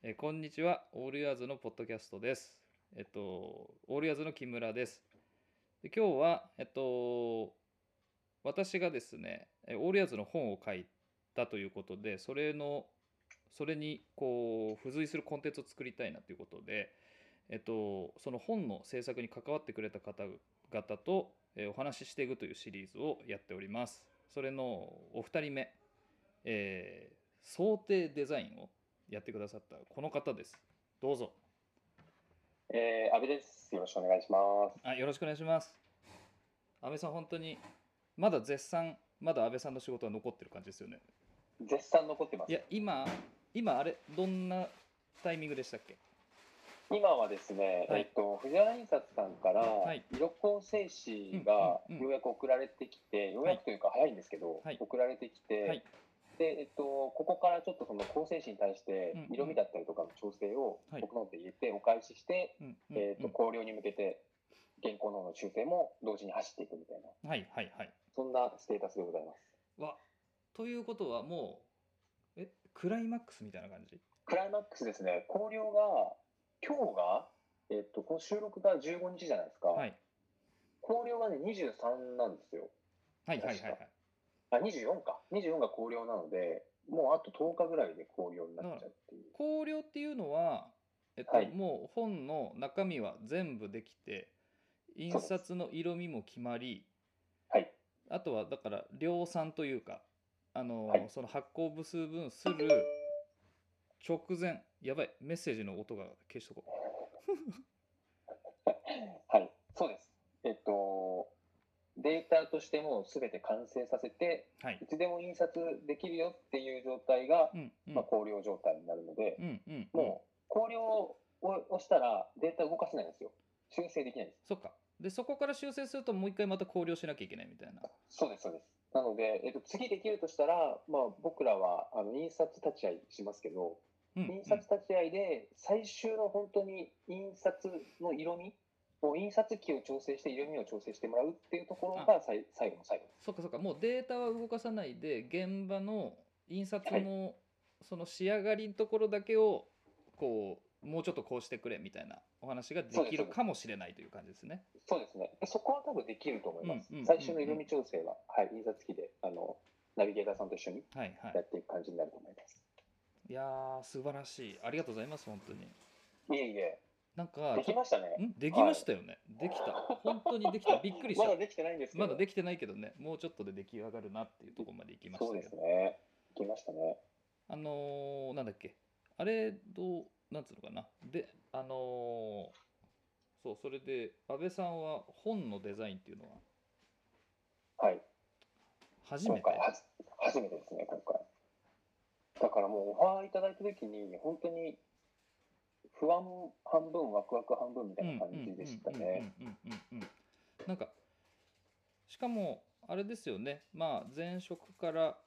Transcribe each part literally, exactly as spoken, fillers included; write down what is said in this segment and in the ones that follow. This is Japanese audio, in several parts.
えーこんにちは。オールイヤーズのポッドキャストです。えっと、オールイヤーズの木村です。で、今日は、えっと、私がですね、えーオールイヤーズの本を書いたということで、それの、それにこう付随するコンテンツを作りたいなということで、えっと、その本の制作に関わってくれた方々と、えーお話ししていくというシリーズをやっております。それのお二人目、えー想定デザインをやってくださったこの方です。どうぞ。 えー、安倍です。よろしくお願いします。 あ、よろしくお願いします。安倍さん、本当にまだ絶賛、まだ安倍さんの仕事は残ってる感じですよね。 絶賛残ってまいや、 す。 今、今あれ、どんなタイミングでしたっけ？ 今はですね、 はいえっと、藤原印刷さんからはい。 色構成うん紙がうんうん。 ようやく送られてきて、ようはいやくというか早いんですけど、 はい送られてきて、 はい。 で、えっと、ここからちょっとその構成紙に対してうんうん色味だったりとかの調整をはい僕の方で入れてお返しして、 うんうんえっと、 うん。 考慮に向けて原稿の方の修正も同時に走っていくみたいな、 はいはいはい。 そんなステータスでございます。 わ、ということはもう、え、クライマックスみたいな感じ？ クライマックスですね、考慮が、今日が、えっと、この収録がじゅうごにちじゃないですか。 はい考慮がね、にじゅうさんなんですよ。 はいはいはいはい。 確か。あ、にじゅうよんか。にじゅうよんが考慮なので、もうあととおかぐらいで考慮になっだからちゃうっていう。 考慮っていうのは、えっと、 はい、 もう本の中身は全部できて、印そうです。 刷の色味も決まり、 はい、 あとはだから量産というか、あはい、 のその発行部数分する直前、やばい、メッセージの音が消しとこはい、そうです。えっと、データとしても全て完成させて、 う。はい。 いつでも印刷できるよっていう状態が、 うんうんまあ、考慮状態になるので、 うんうんうん。 もう考慮を押したらデータ動かせないんですよ。修正できないんです。 そっか。で、そこから修正するともう一回また考慮しなきゃいけないみたいな。 そうです、そうです。なので、えっと、次できるとしたら、まあ、僕らはあの印刷立ち会いしますけど、 うん印うん。 刷立ち会いで最終の本当に印刷の色味を印刷機を調整して色味を調整してもらうっていうところあ、 が最最後の最後です。 そっかそっか。もうデータは動かさないで、現場の印刷はい、 のその仕上がりのところだけをこうもうちょっとこうしてくれみたいなお話がでそうです、そうです。 きるかもしれないという感じですね。 そうですね。でそこは多分できると思います。 うんうんうん最終のうん。 色味調整は、はい、印刷機であのナビゲーターさんと一緒にはいはい。 やっていく感じになると思います。 いやー、素晴らしい。ありがとうございます、本当に。 いえいえ、 なんか、 でちょっきましたね。 と、んできまはい。 したよね。できた。本当にできた。びっくりしちゃった。 まだできてないんですけど。 まだできてないけどね、もうちょっとで出来上がるなっていうところまで行きましそうでたけど。 すね。できましたね。 あのー、なんだっけ。あれ、どう、なんつうのかな。で、あのーそう、それで、安倍さんは本のデザインっていうのははい。 初めて？ 今回はじ、初めてですね、今回。だからもうオファーいただいたときに、本当に不安半分、ワクワク半分みたいな感うんうんじでしうんうんうんたね。 うんうんうん。なんか、しかも、あれですよね。まあ、前職から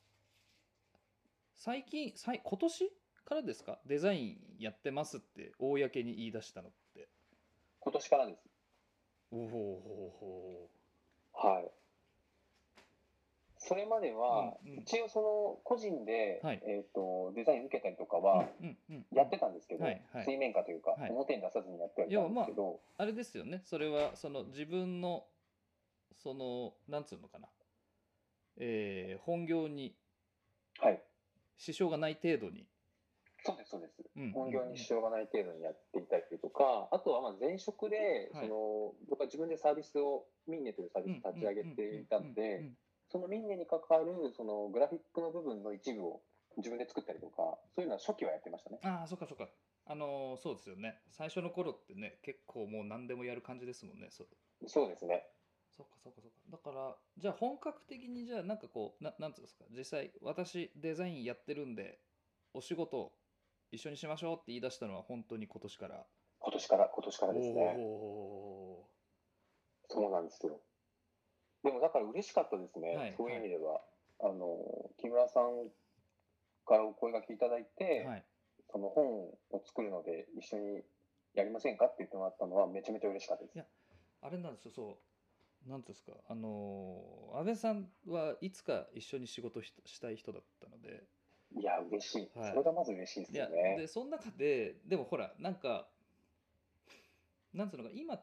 最近、最今年からですか、デザインやってますって公に言い出したのって？ 今年からです。 おおほほほ。 はい。それまでうんは、 うん。 一応その個人で、 はい。 えっと、デザイン受けたりとかうんはうんうんうやってたんですけん。はど、 いはい水面下というか、 はい。 表に出さずにやってはいたんで要はまあ、 すけど、 あれですよね。それは、その自分の、その、なんつうのかな。えー本業にはい。 支障がない程度に。 そうです、そうです。 うんうん本業にうん。 支障がない程度にやっていたりとか、あとはまあ前職で、 はい。 その僕は自分でサービスを、ミンネというサービうんうスを立ち上げんうんうていたんうんうので、 ん。 そのミンネに関わるそのグラフィックの部分の一部を自分で作ったりとか、そういうのは初期はやってましたね。 ああ、そっかそっか。あのーそうですよね。最初の頃ってね、結構もう何でもやる感じですもんね。そう。 そうですね。 そっかそっかそっか。だから、じゃあ本格的にじゃあなんかこう、な、なんつうんですか、実際私デザインやってるんで、お仕事一緒にしましょうって言い出したのは本当に今年から。 今年から、今年からおですね。 おそうなんですよ。でもだから嬉しかったですー。はね。そういう意いはい味では。あの、木村さんからお声掛けいただいて、 はい。 その本を作るので一緒にやりませんかって言ってもらったのはめちゃめちゃ嬉しかったです。 いや、あれなんですよ、そう。なんつうんですか、あのー安倍さんはいつか一緒に仕事ししたい人だったので、 いや、嬉しい。 はい。 それがまず嬉しいでいや、 すよね。 で、その中で、でもほら、なんか、なんつうのか、今って、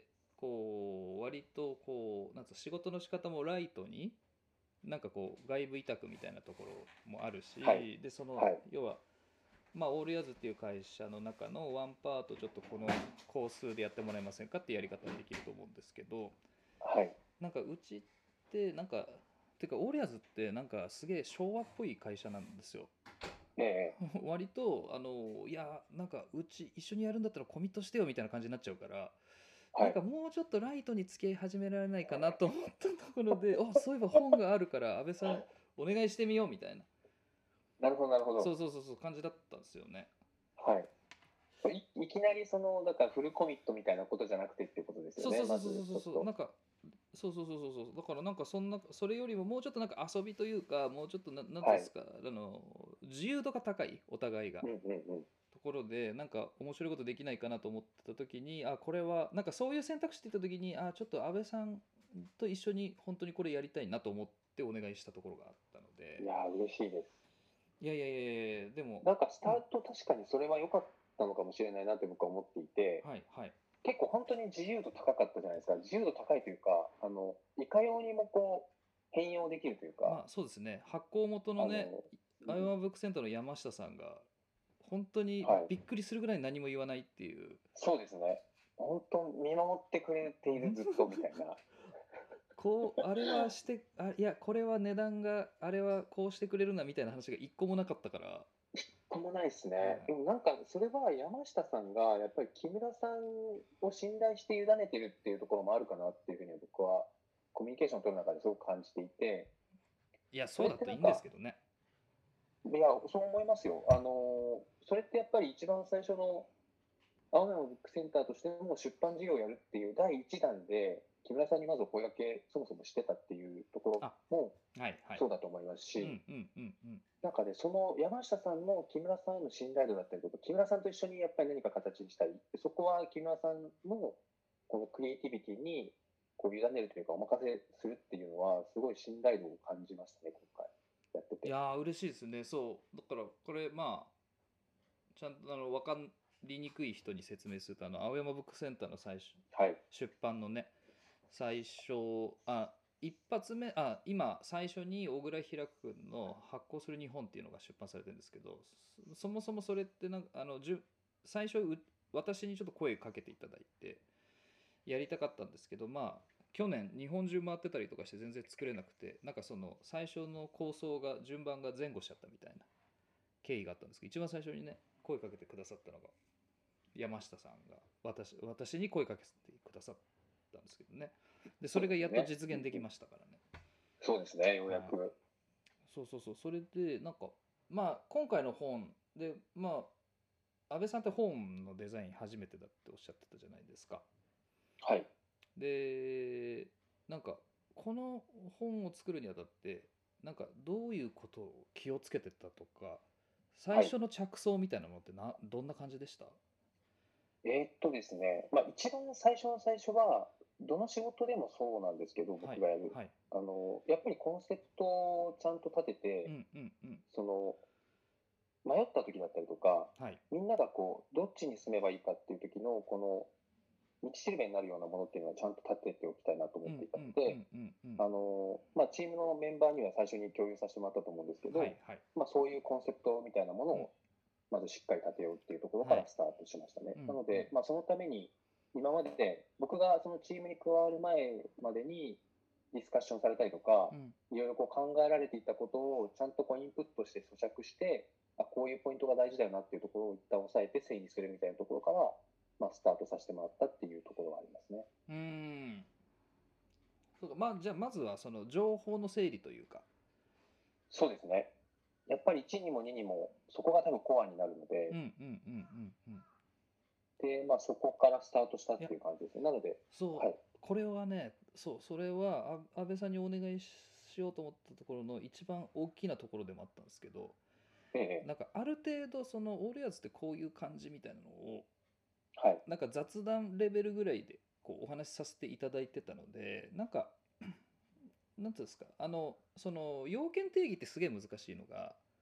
こう、割と、こう、なんつう仕事の仕方もライトに、なんかこう、外部委託みたいなところもあるはい。 し、で、その、 はい。 要は、まあ、オールヤーズっていう会社の中のワンパート、ちょっとこの工数でやってもらえませんかっていうやり方ができると思うんですけど、 はい。 なんかうちって、なんか、てか、オールヤーズって、なんかすげえ昭和っぽい会社なんですよ。 ええ。 割と、あの、いや、なんかうち一緒にやるんだったらコミットしてよみたいな感じになっちゃうから、なんかはい。 もうちょっとライトに付き合い始められないかなと思ったところで、あ、そういえば本があるから、安倍さん、お願いしてみようみたいな、 なるほど、なるほど。 そうそうそうそう感じだったんですよね。 はい。いいきなりその、だからフルコミットみたいなことじゃなくてっていうことですよね、 そうそうそうまそうそうそう、 ずちょっと。 なんか、そうそうそうそうそう、だからなんかそんな、それよりももうちょっとなんか遊びというか、もうちょっとな、なんていうんはい。 ですか、あの、自由度が高い、お互いが。 うんうんうん。 ところでなんか面白いことできないかなと思ってた時に、あこれはなんかそういう選択肢って言った時に、あちょっと安倍さんと一緒に本当にこれやりたいなと思ってお願いしたところがあったので、 いやー、嬉しいです。 いやいやいやいやでも、 なんかスターうん、 ト確かにそれは良かったのかもしれないなって僕は思っていて、 はいはい、 結構本当に自由度高かったじゃないですか。自由度高いというか、あの、いかようにもこう、変容できるというか、 まあそうですね、発行元のね、 あの、うアイん、 ワンブックセンターの山下さんが本当にはい。 びっくりするぐらい何も言わないっていう。 そうですね。本当見守ってくれているずっとみたいな。 こうあれはしてあいやこれは値段があれはこうしてくれるなみたいな話が一個もなかったから、 ともないですね。ではい、 もなんか、それは山下さんが、やっぱり木村さんを信頼して委ねてるっていうところもあるかなっていうふうに僕は、コミュニケーションを取る中ですごく感じていて、 いやそれっそうだといいんですてなんか、 けどね。 いや、そう思いますよ。あの、それってやっぱり一番最初の、青山ブックセンターとしても出版事業をやるっていう第一弾で、木村さんにまずお声掛け、そもそもしてたっていうとこあ、 ろもはいはい。 そうだと思いますし、 うんうんうんうん。 なんかね、その山下さんの木村さんへの信頼度だったりとか、木村さんと一緒にやっぱり何か形にしたい。そこは木村さんのこのクリエイティビティにこう委ねるというか、お任せするっていうのは、すごい信頼度を感じましたね、今回やってて。 いやー嬉しいですね。そうだからこれまあちゃんとあの分かりにくい人に説明すると、あの青山ブックセンターの最初はい。 出版のね、最初あ一発目あ今最初に小倉平君の「発行する日本」っていうのが出版されてるんですけど、そそもそもそれってなんかあのじゅ最初う私にちょっと声かけていただいてやりたかったんですけど、まあ去年日本中回ってたりとかして全然作れなくて、なんかその最初の構想が順番が前後しちゃったみたいな経緯があったんですけど、一番最初にね声かけてくださったのが山下さんが私私に声かけてくださったんですけどね。でそそうれがやっとですよね。 実現できましたからね。 そうですね、ようやはい、 く。 そうそうそう、それでなんかまあ今回の本でまあ安倍さんって本のデザイン初めてだっておっしゃってたじゃないですか。 はい。 でなんかこの本を作るにあたってなんかどういうことを気をつけてたとか、最はい。 初の着想みたいなのってなどんな感じでした？ えーっとですね、まあ、一番最初の最初は、どの仕事でもそうなんですけど、 はい僕がやる。 はい、 あの、やっぱりコンセプトをちゃんと立てて、 うんうんうん、 その、迷った時だったりとか、 はい、 みんながこう、どっちに進めばいいかっていう時の、この、道しるべになるようなものっていうのはちゃんと立てておきたいなと思っていたのうんうんうで、 んうんうん、 あの、まあ、チームのメンバーには最初に共有させてもらったと思うんですけど、 はいはい、 まあ、そういうコンセプトみたいなものうん、 を、まずしっかり立てようっていうところかはい、 らスタートしましたね。 うんうん、 なので、まあ、そのために、今まで僕がそのチームに加わる前までにディスカッションされたりとか、 うん、 いろいろこう考えられていたことをちゃんとこうインプットして咀嚼して、あ、こういうポイントが大事だよなっていうところを一旦押さえて整理するみたいなところから、まあ、スタートさせてもらったっていうところはありますね。 うーん、そうか、まあじゃあまずはその情報の整理というか、 そうですね。やっぱりいちにもににもそこが多分コアになるので、 うんうんうんうんうん、 で、まあ、そこからスタートしたっいやていう感じですね。なので、 そうはい。 これはね、そうそれはあ安倍さんにお願いししようと思ったところの一番大きなところでもあったんですけど、 ええ、 なんかある程度そのオールヤーズってこういう感じみたいなのをはい。 なんか雑談レベルぐらいでこうお話しさせていただいてたので、なんかなんていうんですか、あのその要件定義ってすげえ難しいのが、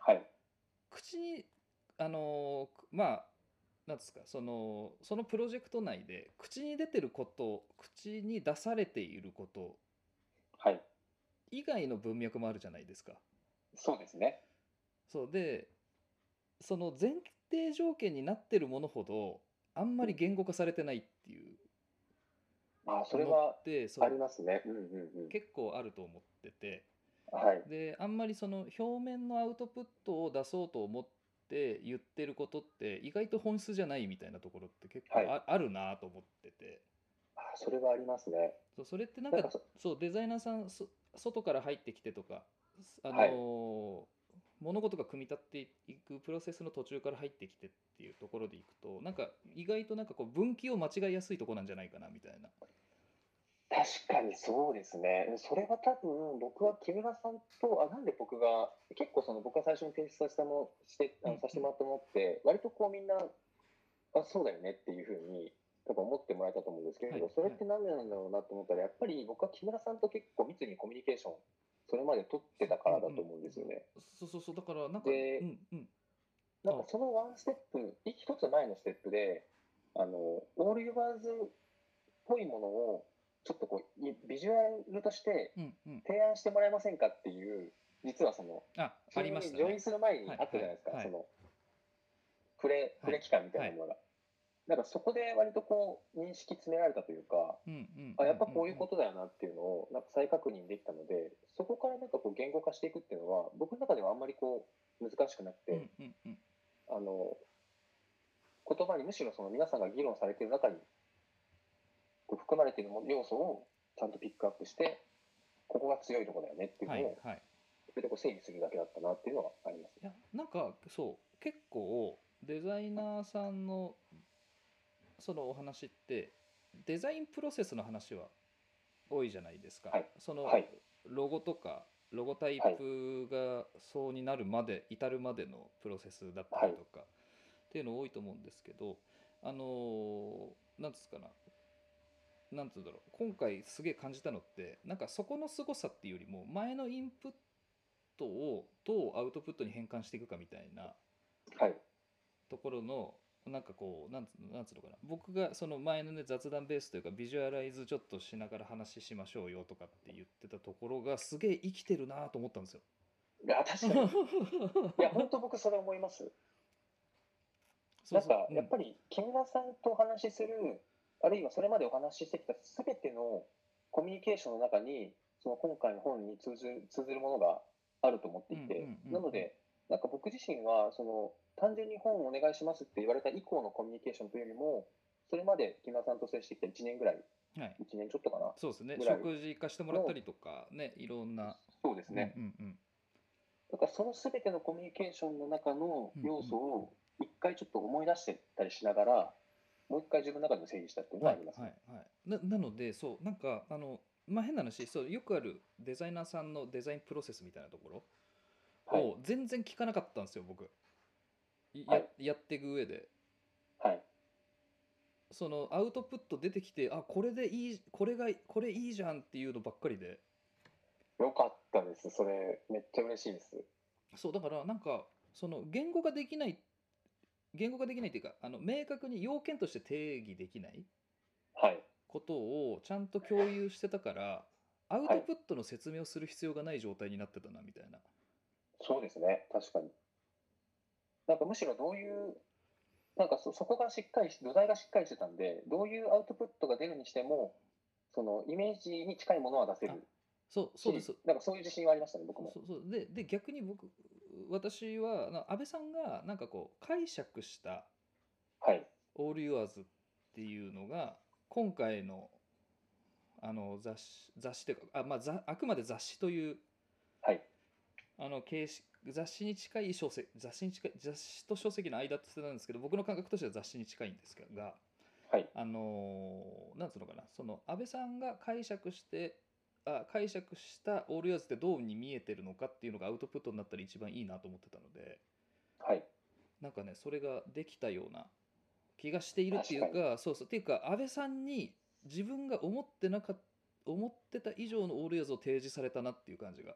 はい。 口にあのーまあなんですか、そのそのプロジェクト内で口に出てること、口に出されていることはい。 以外の文脈もあるじゃないですか。 そうですね。 そうで、その前提条件になってるものほどあんまりうん。 言語化されてないっていうまあ、それのっはて、そうありますね。うんうんうん。 結構あると思ってて、 はい。 であんまりその表面のアウトプットを出そうと思って言ってることって意外と本質じゃないみたいなところって結構はい。 あ、あるなと思ってて、 あ、それはありますね。 そうそれってなんか、 なんかそそうデザイナーさんそ外から入ってきてとか、あはい。 のー物事が組み立っていくプロセスの途中から入ってきてっていうところでいくと、なんか意外となんかこう分岐を間違いやすいところなんじゃないかなみたいな。 確かにそうですね。それは多分、僕は木村さんと、あ、なんで僕が、結構その僕が最初に提出させたもして、あのさせてうんうんもらったものって、割とこうみんな、あ、そうだよねっていうふうに、多分思ってもらえたと思うんですけれはいど、それっはいて何でなんだろうなと思ったら、やっぱり僕は木村さんと結構密にコミュニケーション、それまで取ってたかうんうんらだと思うんですよね。 そうそうそうだからなんかうで、 んうんあなんかそのワンステップ、一つ前のステップで、あの、オールユバーズっぽいものを、ちょっとこう、いビジュアルとしてうんうん提案してもらえませんかっていう、実はその、 ああチームりましたね。 にジョインする前にはいはいあったじゃないですか、 はいその、プレ、プはいレ期間みたいはいなものが。なんかそこで割とこう、認識詰められたというか、 うんうんあ、 うんやっぱこういううんうんことだよなっていうのを、なんか再確認できたので、そこからなんかこう言語化していくっていうのは、僕の中ではあんまりこう、難しくなくうて、 んうんうんあの、言葉にむしろその皆さんが議論されている中にこう含まれている要素をちゃんとピックアップして、ここが強いところだよねっていうはいのを、 はいそれでこう整理するだけだったなっていうのはありますね。 いやなんかそう結構デザイナーさんのそのお話ってデザインプロセスの話は多いじゃないですか。 はい。 そのはい。 ロゴとかロゴタイはい。 プがそうになるまで至るまでのプロセスだったはい。 りとかっていうの多いと思うんですけど、あのなんつうかな、なんつうんだろう、今回すげえ感じたのってなんかそこの凄さっていうよりも前のインプットをどうアウトプットに変換していくかみたいなはい。 ところのなんかこうなんつなんつうのかな、僕がその前のね雑談ベースというかビジュアライズちょっとしながら話しましょうよとかって言ってたところがすげえ生きてるなと思ったんですよ。 いや、確かに。いや、本当僕それ思います。 そうなんか、 そう、うんやっぱり木村さんとお話しする、あるいはそれまでお話ししてきたすべてのコミュニケーションの中に、その今回の本に通ずる通ずるものがあると思ってうんうんういて、なんうんので、なんか僕自身は、その、単純に本をお願いしますって言われた以降のコミュニケーションというよりも、それまで木村さんと接してきたいちねんぐらい、 はい、 いちねんちょっとかな、 そうですね、 ぐらい食事行かしてもらったの、 りとかね、いろんな、うんうそうですね。 んうんだからそのすべてのコミュニケーションの中のうん要素を一回ちょっと思い出してったりしながら、もう一回自分の中で整理したっていううん、はいのはありますね。 はいはいな、なのでそうなんかあのまあ変な話、そうよくあるデザイナーさんのデザインプロセスみたいなところはい。 を全然聞かなかったんですよ僕。いやはい。 やっていく上で、 はい。 そのアウトプット出てきて、あこれでいい、これがこれいいじゃんっていうのばっかりで、 よかったです。それ、めっちゃ嬉しいです。 そうだからなんかその言語ができない言語ができないっていうか、あの明確に要件として定義できないはい。 ことをちゃんと共有してたから、アウはい。 トプットの説明をする必要がない状態になってたなみたいな。 そうですね。確かに。なんかむしろどういう、なんかそ、そこがしっかりし、土台がしっかりしてたんで、どういうアウトプットが出るにしても、そのイメージに近いものは出せあるし、 そうそうです。 なんかそういう自信はありましたね、僕も。 そうそうでで逆に僕私はな安倍さんがなんかこう解釈したはい。 「オール・ユアーズ」っていうのが今回のあの雑誌雑誌というか、あ、まあ、ざあくまで雑誌というはい。 あの形式、雑誌に近い書籍、雑誌に近い雑誌と書籍の間って言ってたんですけど、僕の感覚としては雑誌に近いんですが、 はい。 あのーなんつうのかな、その安倍さんが解釈してあ解釈したオールユアーズってどうに見えてるのかっていうのがアウトプットになったら一番いいなと思ってたので、 はい。 なんかねそれができたような気がしているって確かに。 いうか、そうそうっていうか、安倍さんに自分が思ってなか思ってた以上のオールユアーズを提示されたなっていう感じが。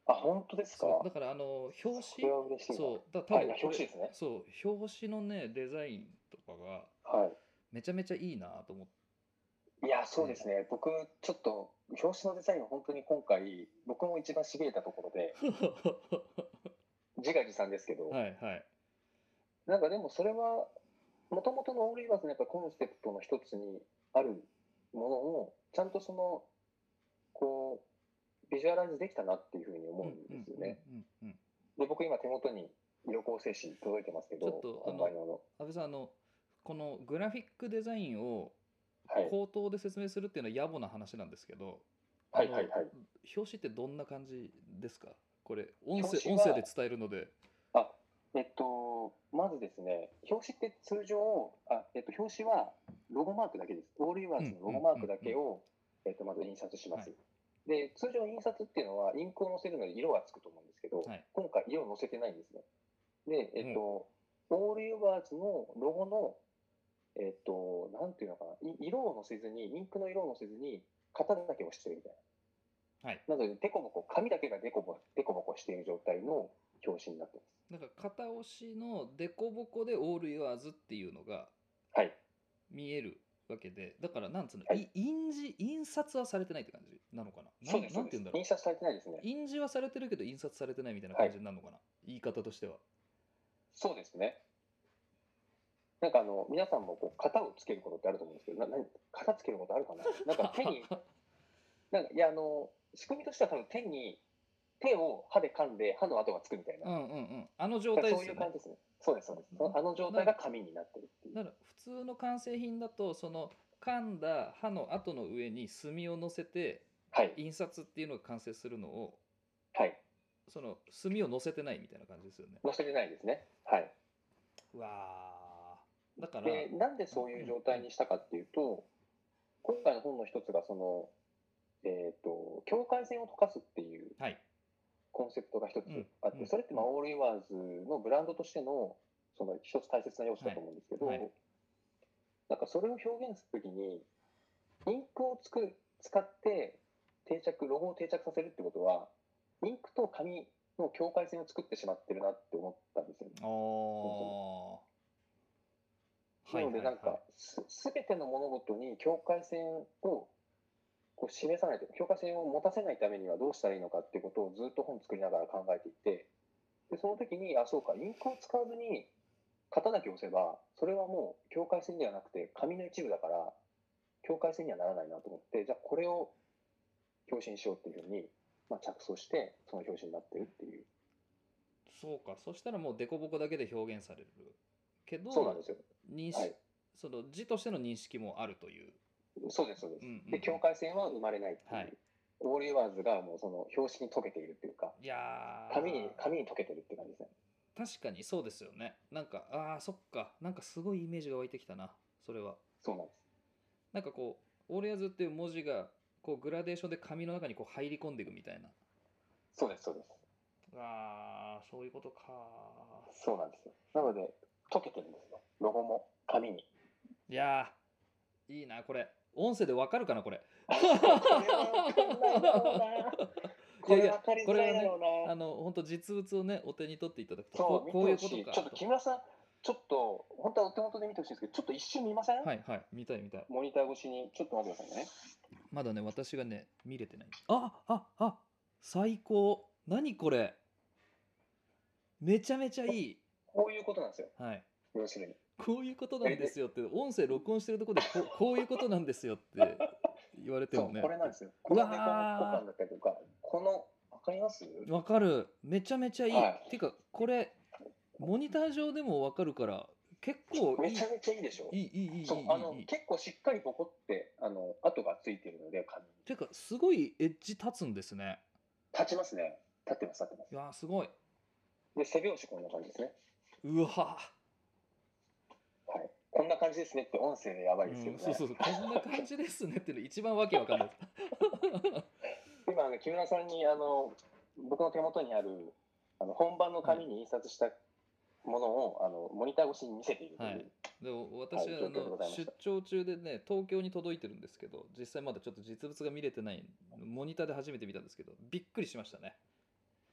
あ、本当ですか。 そうだからあの表紙、 それは嬉しいな。 そうだ多はい、 分これ、 表紙ですね。 そう表紙のねデザインとかがはめちゃめちゃいいなと思っい。いや、そうでて。 すね。僕、ちょっと、表紙のデザインは本当に今回、僕も一番しびれたところで、自画自賛ですけど、 はいはい。 なんかでもそれは、もともとのオールイワーズのやっぱコンセプトの一つにあるものを、ちゃんとその、こう、ビジュアライズできたなっていうふうに思うんうんうんうんですよね。 うんうん。 で、僕今手元に色構成紙届いてますけちょっど、 とあの販売用の。 安倍さんあのこのグラフィックデザインをはい。 口頭で説明するっていうのは野暮な話なんですけど、あのはいはいはい。 表紙ってどんな感じですか？これ音声表紙は、 音声で伝えるので。 あ、えっと、まずですね、表紙って通常、あ、えっと、表紙はロゴマークだけです。オールイワーズうんうんのロゴマークうんうんだけを、えっと、まず印刷しまはいす。で、通常印刷っていうのはインクを乗せるので色がつくと思うんですけど、 はい。 今回色を乗せてないんですね。で、えっもうと、オールイワーズのロゴの、えっと、なんていうのかな、い色を乗せずに、インクの色を乗せずに、型だけ押してるみたいはい。 な。なので、デコボコ、紙だけがデコボデコボコしている状態の表紙になってます。 なんか片押しのデコボコでオール言わずっていうのがはい。 見えるわけで、だからなんつうの、 はい。 い印字印刷はされてないって感じなのかな。なんそうです、そうです。 なんて言うんだろう。 印刷されてないですね。 印字はされてるけど印刷されてないみたいなはい。 感じになるのかな、言い方としては。 そうですね。なんかあの、皆さんもこう、型をつけることってあると思うんですけど、な、何、型つけることあるかな。なんか手に、なんか、いや、あの、仕組みとしては多分手に、手を歯で噛んで歯の跡がつくみたいな。 うんうんうん、あの状だからそう態ですよね。 いう感じですね。そうです、そうです。そのあの状態が紙になってるっていう。 だから普通の完成品だとその噛んだ歯の跡の上に墨を乗せてはい。 印刷っていうのが完成するのを、 はい。 その墨を乗せてないみたいな感じですよね。 載せてないですね。はい。 うわーだからで、なんでうんそういう状うんうん態にしたかっていうと、今回の本の一つが、その、えっと、境界線を溶かすっていうはいコンセプトが一つうんあって、 うんそれってまあ、 うんオールイワーズのブランドとしての、その一つ大切な要素はいだと思うんですけはいど、なんかそれを表現するときに、インクをつく使って定着、ロゴを定着させるってことは、インクと紙の境界線を作ってしまってるなって思ったんですよね。 あそもそも。 ーはないのでなんか、 はいはいす、すべての物事に境界線をこう示さないというか、境界線を持たせないためにはどうしたらいいのかっていうことをずっと本作りながら考えていて、で、その時に、あ、そうか、インクを使わずに型だけ押せば、それはもう境界線ではなくて紙の一部だから、境界線にはならないなと思って、じゃあこれを表紙にしようっていうふうに、まあ、着想して、その表紙になってるっていう。 そうか、そしたらもう凸凹だけで表現されるけどそうなんですよ。 認識はい。 その字としての認識もあるという。 そうです、そうです。 うんうんうんで、境界線は生まれないっていう。 はい。 オールイワーズがもうその表紙に溶けているっていうか、 いや紙に、紙に溶けてるって感じですね。 ー確かにそうですよね。なんかあーそっか、なんかすごいイメージが湧いてきたな、それは。 そうなんです。 なんかこうオールヤズっていう文字がこうグラデーションで紙の中にこう入り込んでいくみたいな。 そうです、そうです。 あーそういうことか。 そうなんですよ。なので、溶けてるんですよ。ロゴも紙に。 いやーいいなこれ。音声でわかるかなこれ。 これは分かんないだろうな。これいやいや分かりづらこれはいねだろうな。 あの本当実物をねお手に取っていただくとそう、 こう見こういうことてほしい。ちょっとかと。 木村さん、ちょっと、本当はお手元で見てほしいんですけど、ちょっと一瞬見ません？ はいはい見たい見たい。 モニター越しに。ちょっと待ってくださいね。 まだね私がね見れてない。あああ最高。何これ。めちゃめちゃいい。 こういうことなんですよ。 はい。 要するに。 こういうことなんですよって音声録音してるところでこうこういうことなんですよって言われてそう、 もね。 これなんですよ。このデコボコ感だったりとか、この、わかります？ わかる。めちゃめちゃいい。 はい。 てかこれモニター上でもわかるから結構いいめちゃめちゃいいでしょ。 いいいいいいいいそう、あの、 いい。 結構しっかりボコって、あの、跡がついてるので、紙に。 てかすごいエッジ立つんですね。 立ちますね。立ってます、立ってます。 いやーすごい。 で、背拍子こんな感じですね。 うわはい。こんな感じですねって音声でやばいですけうん、 どね。 そうそうそうこんな感じですねっていうの一番わけわかんないです。 今、あの木村さんに、あの、僕の手元にある、あの、本番の紙に印刷したものを、あの、モニター越しに見せているという。 はいでも私は、 はい、状況であのございました。 出張中でね東京に届いてるんですけど実際まだちょっと実物が見れてないモニターで初めて見たんですけどびっくりしましたね。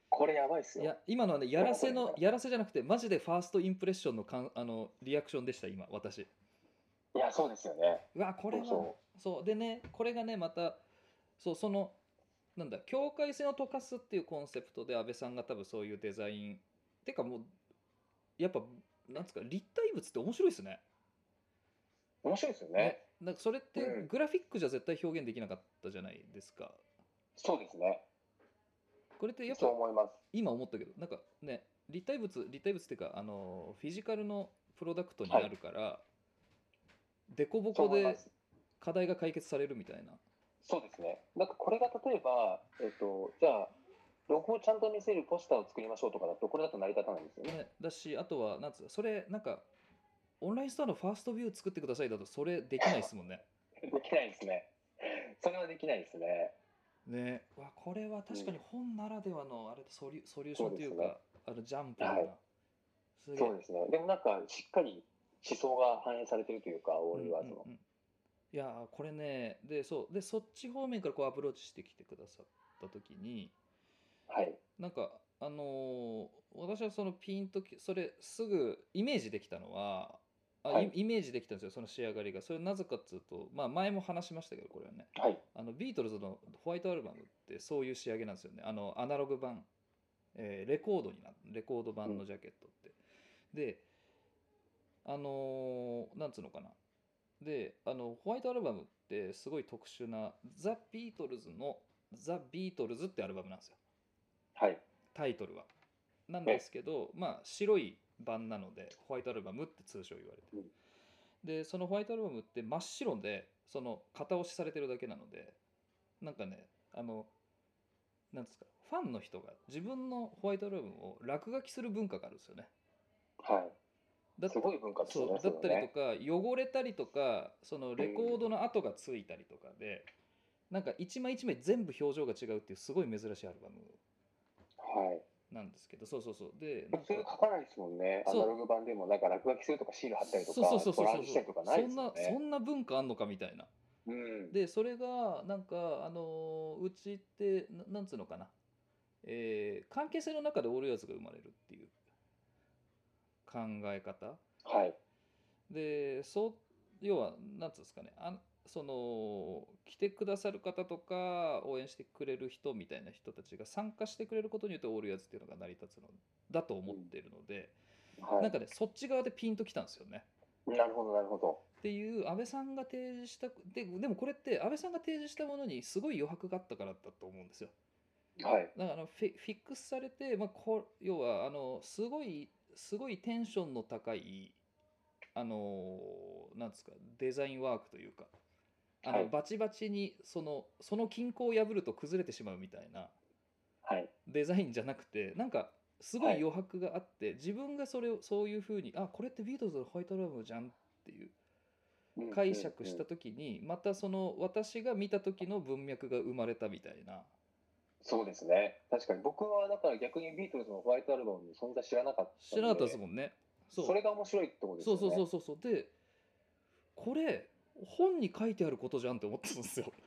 これやばいっすよ。 いや今のはねやらせのやらせじゃなくてマジでファーストインプレッションのかんあのリアクションでした今私。 いや、そうですよね。 うわこれはそそうでねこれがねまたそうそのなんだ境界線を溶かすっていうコンセプトで安倍さんが多分そういうデザインてかもうやっぱなんつうか立体物って面白いですね。 面白いですよねね。 なんかそれってうんグラフィックじゃ絶対表現できなかったじゃないですか。 そうですね。 これってやっぱそう思います。 今思ったけどなんかね立体物立体物っていうかあのフィジカルのプロダクトになるから、デコボそうコで思います。 課題が解決されるみたいな。 そうですね。なんかこれが例えば、えっと、じゃあ、ロゴをちゃんと見せるポスターを作りましょうとかだと、これだと成り立たないんですよね。 ね、だしあとはなんつうかそれなんかオンラインストアのファーストビュー作ってくださいだとそれできないですもんね。 できないですね。それはできないですね。 ねわこれは確かに本ならではのあれソリュソリューションというかそうですねあのジャンプだな、 はいすげえそうですね。でもなんか、しっかり思想が反映されてるというか、オーうんうんルイワーズの。 うんいやーこれねでそうでそっち方面からこうアプローチしてきてくださった時にはい。 なんかあのー私はそのピンときそれすぐイメージできたのはあ、 はいイイメージできたんですよその仕上がりがそれなぜかっつうと、まあ、前も話しましたけどこれはねはい。 あのビートルズのホワイトアルバムってそういう仕上げなんですよねあのアナログ版、えーレコードになレコード版のジャケットって、であのーなんつうのかなであのホワイトアルバムってすごい特殊なザ・ビートルズのザ・ビートルズってアルバムなんですよはい。 タイトルはなんですけどまあ白い版なのでホワイトアルバムって通称言われてる、でそのホワイトアルバムって真っ白でその型押しされてるだけなのでなんかねあのなんですかファンの人が自分のホワイトアルバムを落書きする文化があるんですよね。 はい。 だっすごい文化ですよね。 そうだったりとそか汚れたりとかそのレコードの跡がついたりとかでなんか一枚一枚全部表情が違うっていうすごい珍しいアルバムれね。はい。 なんですけどそうそうそうでなんか普通書かないですもんね。アそうナログ版でもなんか落書きするとかシール貼ったりとか、 そうそうそうそうトランジしたりとかないですよそんなそね。 んな文化あんのかみたいな。 うん。 でそれがなんかあのうちってななんつうのかな、えー関係性の中でオールイヤーズが生まれるっていう考え方はい。 でそう要はなんつうんですかねあその来てくださる方とか応援してくれる人みたいな人たちが参加してくれることによってオールイヤーズっていうのが成り立つのだと思っているので、 はなんかねそっち側でピンときたんですよね。 い。なるほど、なるほど。 っていう安倍さんが提示したででもこれって安倍さんが提示したものにすごい余白があったからだと思うんですよ。 はい。 だからあのフィフィックスされて、まあ、こ要はあのすごいすごいテンションの高いあのなんですかデザインワークというかあはい。 のバチバチにそのその均衡を破ると崩れてしまうみたいなはい。 デザインじゃなくてなんかすごい余白があって、自分がそれをそういうふうにあこれってビートルズのホワイトアルバムじゃんっていううん解釈したうんうん時にまたその私が見た時の文脈が生まれたみたいな。 そうですね。確かに僕はだから逆にビートルズのホワイトアルバムの存在知らなかったの知らなかったですで、 もんね。そうそれが面白いってことですそうよね。 そうそうそうそうでこれ本に書いてあることじゃんって思ったんですよ。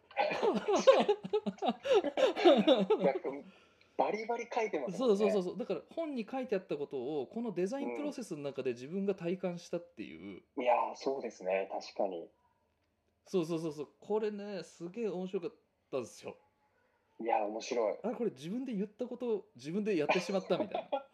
逆にバリバリ書いてますそうもんね。 そうそうそうだから本に書いてあったことをこのデザインプロセスの中で自分が体感したっていう、 いやー、そうですね。確かに。 そうそうそうそうこれねすげえ面白かったんですよ。 いやー、面白い。 あこれ自分で言ったことを自分でやってしまったみたいな。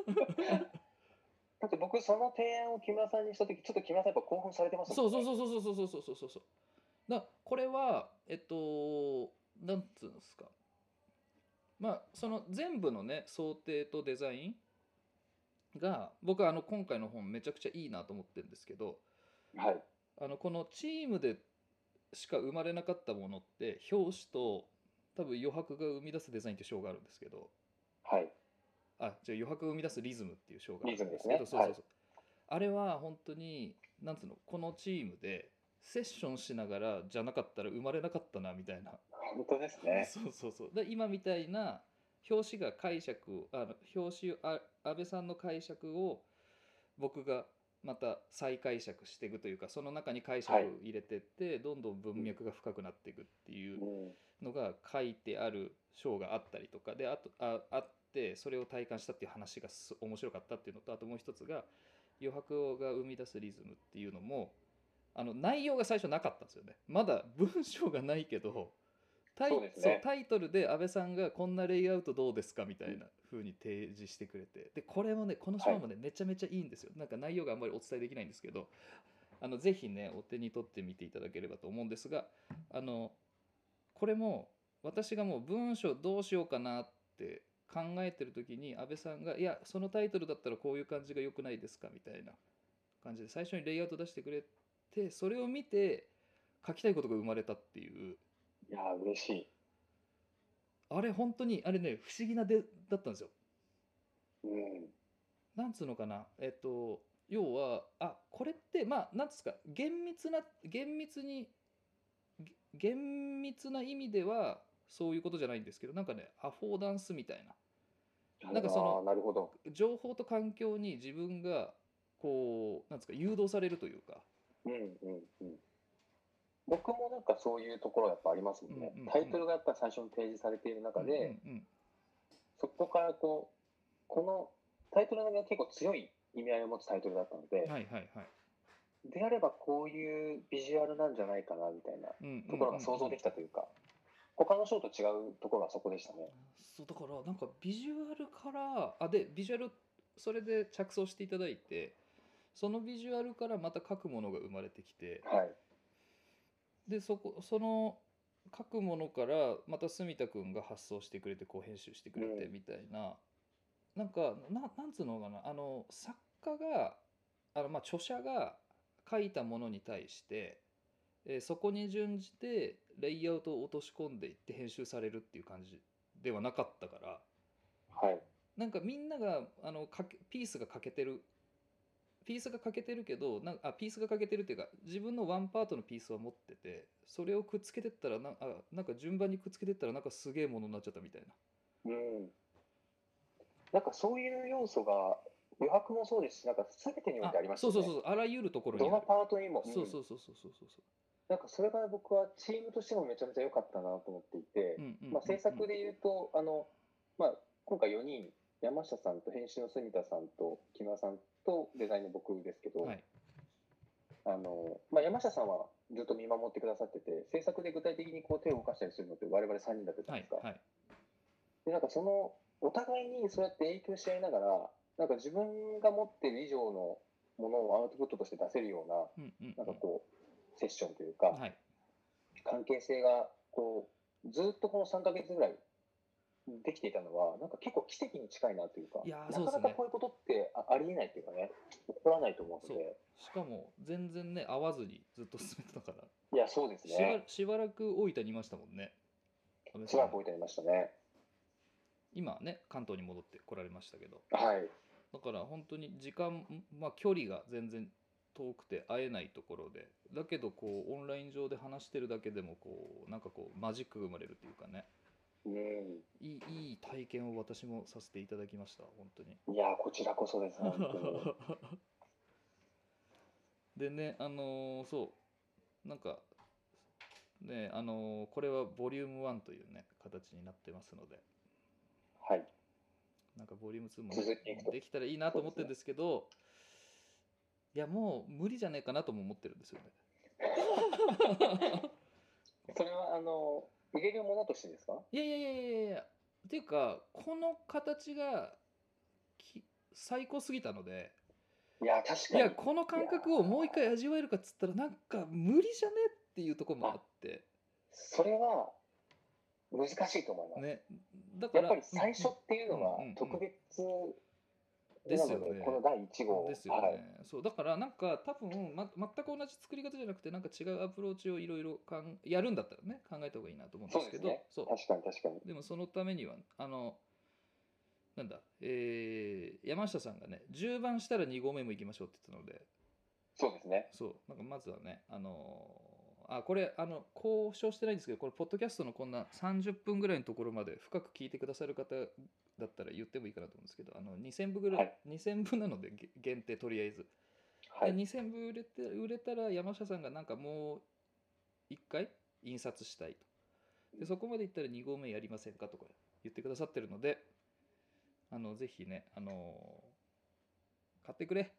だって僕、その提案を木村さんにしたとき、ちょっと木村さんやっぱ興奮されてますもんね。 そうそうそうそうそうそうそうそうそうそうだこれはえっとなんつうんですかまあその全部のね想定とデザインが僕はあの今回の本めちゃくちゃいいなと思ってるんですけどはい。 あのこのチームでしか生まれなかったものって表紙と多分余白が生み出すデザインっていう章があるんですけどはい。 あじゃあ余白が生み出すリズムっていう章があるんですけどリズムですねそうそうそう、あれは本当になんつうのこのチームでセッションしながらじゃなかったら生まれなかったなみたいな。 本当ですね。 そうそうそうで今みたいな表紙が解釈をあの表紙をあ安倍さんの解釈を僕がまた再解釈していくというかその中に解釈を入れてって、どんどん文脈が深くなっていくっていううん。 のが書いてある章があったりとかであとああってそれを体感したっていう話がす面白かったっていうのと、あともう一つが余白が生み出すリズムっていうのも、あの内容が最初なかったんですよね。まだ文章がないけど、タイ、そう、 そうですね。 タイトルで安倍さんがこんなレイアウトどうですかみたいな風に提示してくれて、でこれもね、このはい。 章もねめちゃめちゃいいんですよ。なんか内容があんまりお伝えできないんですけど、あのぜひねお手に取ってみていただければと思うんですが、あのこれも私がもう文章どうしようかなって考えてる時に安倍さんが「いやそのタイトルだったらこういう感じが良くないですか」みたいな感じで最初にレイアウト出してくれて、それを見て書きたいことが生まれたっていう、 いやー、嬉しい。 あれ本当にあれね不思議な出だったんですよ。 うん。 なんつうのかな、えっと要はあこれってまあなんですか、厳密な厳密に厳密な意味ではそういうことじゃないんですけど、なんかねアフォーダンスみたいな、なんかそのああ、なるほど。 情報と環境に自分がこうなんですか誘導されるというか。 うんうんうん。僕もなんかそういうところやっぱありますもうんうんね。 んうんタイトルがやっぱり最初に提示されているうんう中で、 んそこからこう、このタイトルが結構強い意味合いを持つタイトルだったのうん、 で、 はいはいはい。 であればこういうビジュアルなんじゃないかなみたいなうんうんところが想像うんうん。 できたというか、他のショーと違うところはそこでしたね。 そうだからなんかビジュアルからあでビジュアルそれで着想していただいて、そのビジュアルからまた書くものが生まれてきて、 はい。 でそこその書くものからまた住田君が発想してくれてこう編集してくれてうん。 みたいな、なんかななんつうのかな、あの作家があのまあ著者が書いたものに対して、えーそこに準じてレイアウトを落とし込んでいって編集されるっていう感じではなかったから、 はい。 なんかみんながあのかけピースが欠けてるピースが欠けてるけどなんあピースが欠けてるっていうか自分のワンパートのピースは持ってて、それをくっつけてったらなあなんか順番にくっつけてったらなんかすげえものになっちゃったみたいな。 うん。なんかそういう要素が余白もそうですし、なんか全てにおいてあありましたよね。 そうそうそうそう、あらゆるところにどのある。 パートにも。うん。 そうそうそうそうそうそうそなんかそれが僕はチームとしてもめちゃめちゃ良かったなと思っていて、 う。うんうんまあ、 うんうん。 制作で言うと、あの、まあ、今回よにん、山下さんと編集の住田さんと木村さんとデザインの僕ですけど、 はいあの、まあ、山下さんはずっと見守ってくださってて、制作で具体的にこう手を動かしたりするのって我々さんにんだったじゃないですか。 はいはいで、なんかその、お互いにそうやって影響し合いながら、なんか自分が持ってる以上のものをアウトプットとして出せるような、 うんうんなんかこう、セッションというか、 うんはい。 関係性が、こう、ずっとこのさんかげつぐらいできていたのは、なんか結構奇跡に近いなというか、 いやーなかそうですね。 なかこういうことってあありえないというかね、起こらないと思うのそうで、 しかも全然ね会わずにずっと進めてたから、 いや、そうですしばね。 しばらく大分にいましたもんね、安倍さんも。 しばらく置いてありましたね。 今はね関東に戻ってこられましたけど、 はい。 だから本当に時間、まあ、距離が全然遠くて会えないところで、だけどこうオンライン上で話してるだけでもこうなんかこうマジックが生まれるっていうかね、 うん。 いいいい体験を私もさせていただきました本当に。 いや、こちらこそです、本当に。 でね、あのーそうなんかね、あのーこれはボリュームワンというね形になってますので、 はい。 なんかボリュームツーも続ねいていくと。 できたらいいなとそうですね。 思ってるんですけど、いやもう無理じゃないかなとも思ってるんですよね。 それは、あの、入れるものとしてですか？ いやいやいやいやいや、っていうかこの形がき最高すぎたので、 いや、確いやかに。 この感いや覚をもう一回味わえるかっつったらなんか無理じゃねっていうところもああ、 って、 それは難しいと思います。 ね、だかやっぱらうんり最初っていううんうんのはうんうん特別でなので、こすよね。 のだいいち号、 ですよはい。 ね。そうだからなんか多分、ま、全く同じ作り方じゃなくてなんか違うアプローチをいろいろかんやるんだったらね考えた方がいいなと思うんですけど、 そうですね。 そ確かに確かに。 うでもそのためにはあのなんだ、えー山下さんがねじゅうばんしたらに合目も行きましょうって言ってたので、 そうですね。 そうなんかまずはねあのーあこれあの交渉してないんですけど、これポッドキャストのこんなさんじゅっぷんぐらいのところまで深く聞いてくださる方だったら言ってもいいかなと思うんですけど、あのにせんぶぐらいはい。 にせんぶなのでげ限定とりあえずではい。 にせんぶ売れて売れたら山下さんがなんかもういっかい印刷したいと、でそこまでいったらに合目やりませんかとか言ってくださってるので、 あのぜひね、あの買ってくれ。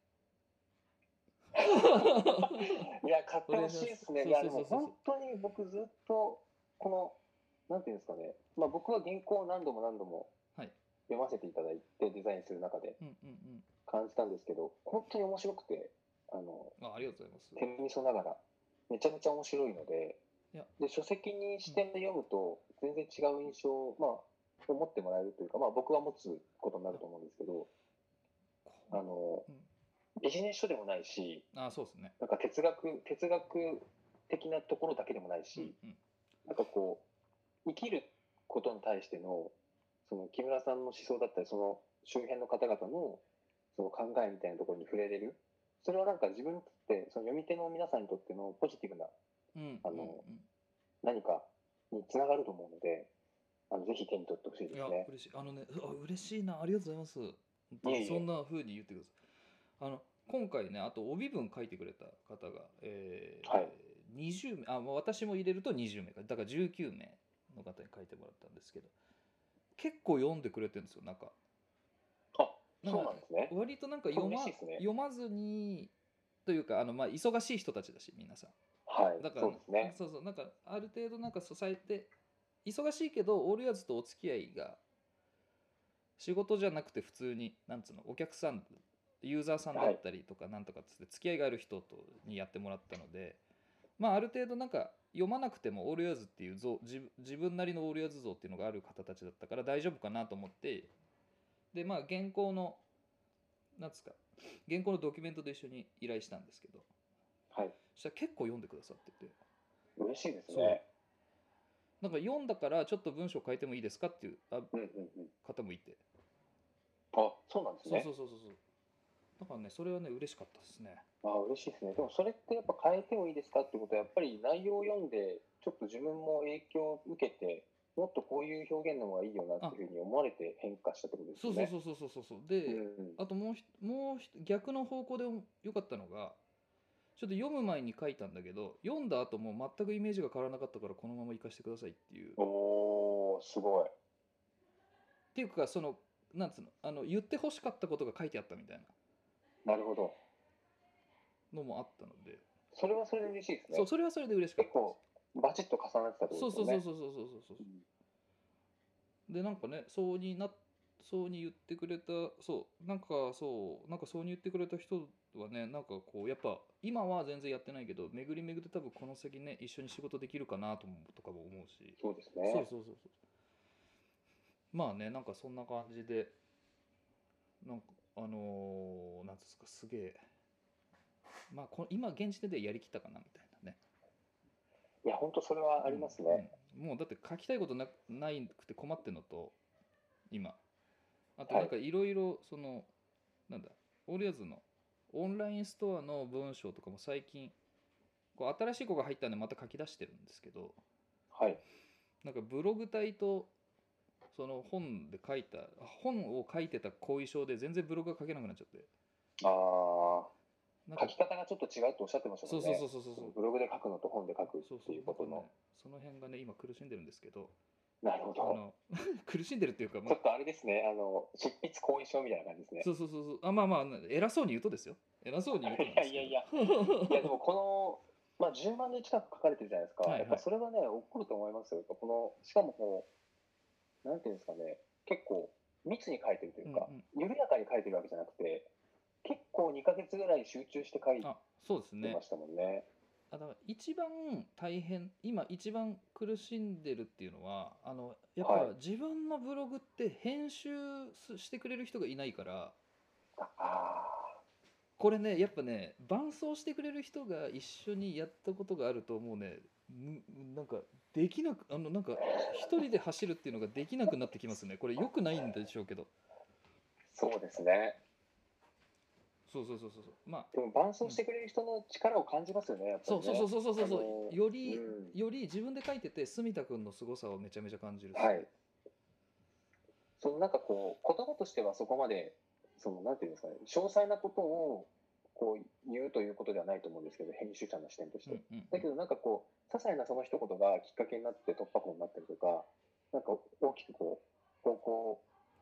いや、買ってほしいですね。いや、でもそうそうそうそう本当に僕ずっと、この、なんていうんですかね、まあ僕は原稿を何度も何度もはい。 読ませていただいて、デザインする中でうんうん感じたんですけど、本当に面白くて、あの、 うん。あ、ありがとうございます。 手みそながら、めちゃめちゃ面白いので、 いや、 で、書籍に視点で読むと、全然違う印象を、まあ、を持ってもらえるというか、まあ僕は持つことになると思うんですけど、 こあの、 うん、 ビジネス書でもないし、 あ、そうですね。 なんか哲学、哲学的なところだけでもないし、 うんうんなんかこう、生きることに対しての、その木村さんの思想だったり、その周辺の方々のその考えみたいなところに触れれる。それはなんか自分にとって、その読み手の皆さんにとってのポジティブな、 うんうんあの、 うん。 何かにつながると思うので、あのぜひ手に取ってほしいでいや、 すね。 嬉しい。あのね、あ、嬉しいな。ありがとうございます。本当いえいえ。 そんな風に言ってください。あの、今回ね、あと帯文書いてくれた方が、 はい。 えー、にじゅう名、あ、まあ私も入れるとにじゅう名か。だからじゅうきゅう名の方に書いてもらったんですけど、結構読んでくれてるんですよ、なんか。 あ、そうなんか、 なんですね。 割となんかそれ読ま、 嬉しいですね。 読まずに、というか、あの、まあ、忙しい人たちだし、皆さん。 はい。 だから、 そうですね。 そうそう、なんか、ある程度、なんか、支えて、忙しいけど、オールイヤーズとお付き合いが、仕事じゃなくて普通に、なんつうの、お客さん、ユーザーさんだはい。 ったりとか、なんとかっつって、付き合いがある人とにやってもらったので、まあ、ある程度、なんか、読まなくてもオールイヤーズっていう像、自自分なりのオールイヤーズ像っていうのがある方たちだったから大丈夫かなと思って、で、まあ、原稿の、なんつうか、原稿のドキュメントと一緒に依頼したんですけど、 はい。 そしたら結構読んでくださってて、 嬉しいですそね。 う、なんか読んだからちょっと文章変えてもいいですかっていうあうんうんうん。 方もいて、 あ、そうなんですそうね。 そうそうそうそう、だからね、それはね、嬉しかったですね。 ああ、嬉しいですね。でもそれってやっぱ変えてもいいですかってことは、やっぱり内容を読んで、ちょっと自分も影響を受けて、もっとこういう表現の方がいいよなっあ、 ていうふうに思われて変化したってことですそうよね。 そうそうそうそうそうそううで、 ん。 あともうひもうひ逆の方向で良かったのが、ちょっと読む前に書いたんだけど、読んだ後も全くイメージが変わらなかったからこのまま活かしてくださいっていう、っおー、すごい。 ていうか、その、なんつうの、あの言ってほしかったことが書いてあったみたいななるほど。 のもあったので、 それはそれで嬉しいですそう、 ね。 それはそれで嬉しかったです。 結構、バチッと重なってたってことそうですよね。 そうそうそうそうそうそうそう。 うん。 で、なんかね、そうにな、そうに言ってくれた、そう、なんかそう、なんかそうに言ってくれた人はね、なんかこう、やっぱ、今は全然やってないけど、巡り巡って多分この先ね、一緒に仕事できるかなともとかも思うし、 そうですそうね。 そうそうそう。まあね、なんかそんな感じで、なんか、あのーなんつうんですか、すげえ、まあこ、今、現時点でやりきったかなみたいなね。 いや、本当それはあうんりますね。 うん。もうだって書きたいことなないくて困ってんのと、今。あとはい。 なんかいろいろ、その、なんだ、オールヤーズのオンラインストアの文章とかも最近、こう新しい子が入ったんでまた書き出してるんですけど、 はい。 なんかブログ体とその本で書いた、本を書いてた後遺症で全然ブログが書けなくなっちゃって、 ああ、 なんか、 書き方がちょっと違うとおっしゃってましたもそうそうそんね。 うそうそうそう、 そのブログで書くのと本で書くってそうそう、 いうことの。 だからね、その辺がね、今苦しんでるんですけど、 なるほど。 あの苦しんでるっていうか、まあ、 ちょっとあれですね、あの、執筆後遺症みたいな感じですね。 そうそうそうそう、あ、まあまあ、偉そうに言うとですよ。偉そうに言うとなんいですけど。 やいやいや、いやでもこの、まあ、じゅうまん字近く書かれてるじゃないですか。やっはいはい。 ぱそれはね、起こると思いますよ。やっぱこの、しかもこう、なんていうんですかね、結構密に書いてるというか、 うんうん。 緩やかに書いてるわけじゃなくて、結構にかげつぐらい集中して書いあ、そうですね。 てましたもんね。 あ、だから一番大変、今一番苦しんでるっていうのは、あの、やっぱはい。 自分のブログって編集すしてくれる人がいないから、 ああこれね、やっぱね、伴走してくれる人が一緒にやったことがあると、もうね、むなんか、できなく、あの、なんか、一人で走るっていうのができなくなってきますね。これ良くないんでしょうけど。 ー、そうですね。 そうそうそうそうそう。まあ、 でも伴うん、 走してくれる人の力を感じますよね、やっぱりね。 そうそうそうそうそうあそう、よの、うり、 ん。 より自分で書いてて、住田君の凄さをめちゃめちゃ感じるっすね。 はい。そのなんかこう、言葉としてはそこまで、その、なんていうんですかね、詳細なことを、こう、言うということではないと思うんですけど、編集者の視点としうんて。 うんうん。 だけどなんかこう、些細なその一言がきっかけになって突破口になったりとか、なんか大きくこう、方向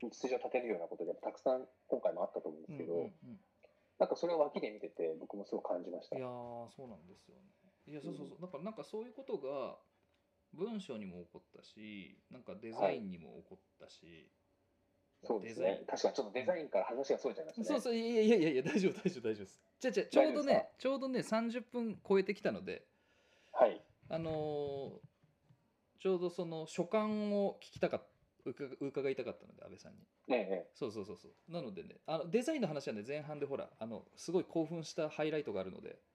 道筋を立てるようなことがたくさん今回もあったと思うんですけど、 うんうんうんなんかそれを脇で見てて僕もすごく感じました。 いやーそうなんですよね。いやそうそうそうだからなんかそういうことが文章にも起こったしなんかデザインにも起こったし、 そうですデザインね。確かにちょっとデザインから話がそれちゃいましたね。 そうそういやいやいやいや大丈夫大丈夫大丈夫です。じゃあじゃあちょうどねちょうどねさんじゅっぷん超えてきたので、 はい。 あのーちょうどその所感を聞きたかった伺いたかったので安倍さんに。 ええ。 そうそうそうそうなのでねあのデザインの話はね前半でほらあのすごい興奮したハイライトがあるので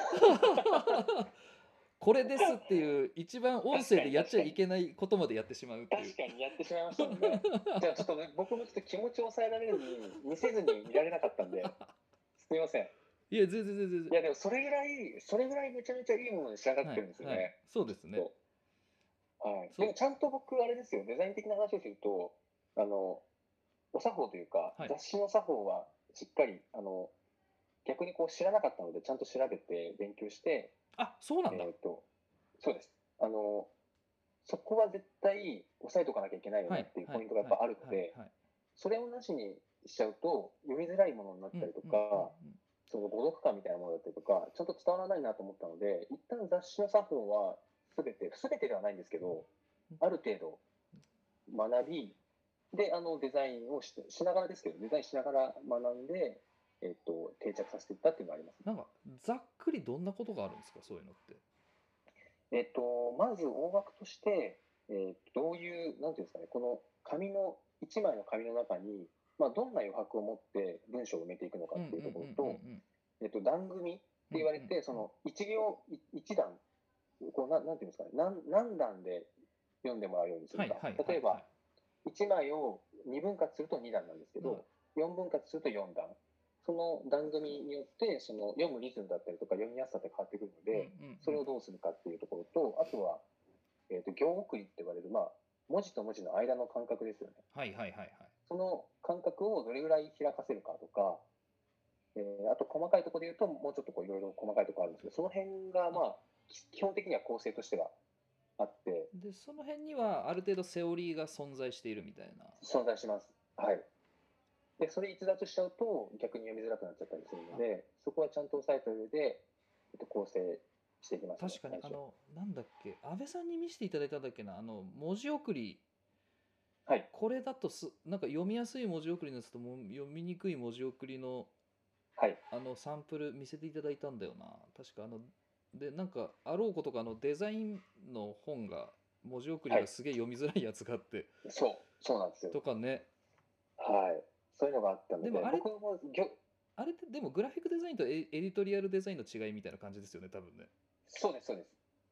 これですっていう一番音声でやっちゃいけないことまでやってしまうっていう確かにやってしまいましたもんね。じゃあちょっと僕もちょっと気持ちを抑えられるに見せずにいられなかったんで、すみません。 いや全然全然全然いやでもそれぐらいそれぐらいめちゃめちゃいいものに仕上がってるんですよね。 はいはい、そうですね。 はい。でもちゃんと僕あれですよ、デザイン的な話をすると、あのお作法というか、 はい雑誌の作法はしっかりあの逆にこう知らなかったのでちゃんと調べて勉強して、 あそうなんだ、 えっとそうです。あのそこは絶対押さえとかなきゃいけないよはいなっていうポイントがやっぱあるので、 はいそれをなしにしちゃうと読みづらいものになったりとか、 うんうんうんうんその誤読感みたいなものだったりとか、ちゃんと伝わらないなと思ったので、一旦雑誌の作法はすべて、すべてではないんですけど、ある程度学び、で、あのデザインをししながらですけど、デザインしながら学んで、えっと、定着させていったっていうのがあります。 なんかざっくりどんなことがあるんですかそういうのって。 えっと、まず大枠として、えっと、どういう、なんていうんですかね、この紙の、一枚の紙の中に、まあ、どんな余白を持って文章を埋めていくのかっていうところと、えっと、段組って言われて、その一行、一段、こうななんていうんですかね、何何段で読んでもらうようにするか。例えば、いちまいをにぶん割するとに段なんですけど、よんぶん割するとよん段。その段組によってその読むリズムだったりとか読みやすさって変わってくるので、それをどうするかっていうところと、あとは、えー、と行送りって言われる、まあ、文字と文字の間の間隔ですよね。 はいはいはいはい。 その間隔をどれぐらい開かせるかとか、えー、あと細かいところで言うともうちょっとこういろいろ細かいところあるんですけど、その辺がまあ基本的には構成としてはあって、 でその辺にはある程度セオリーが存在しているみたいな。 存在します。はい。でそれ逸脱しちゃうと逆に読みづらくなっちゃったりするので、そこはちゃんと押さえた上で、えっと、構成していきます、ね、 確かにあのなんだっけ安倍さんに見せていただいたんだっけなあの文字送り、 はい、 これだとすなんか読みやすい文字送りのやつとも読みにくい文字送りの、 はい、 あのサンプル見せていただいたんだよな確か。あのでなんかあろうことかあのデザインの本が文字送りがすげえ読みづらいやつがあって、 はい、そうそうなんですよとかね。 はい、そういうのがあったので、 でもあれ僕もぎょあれってでもグラフィックデザインとエエディトリアルデザインの違いみたいな感じですよね多分ね。 そうですそうです、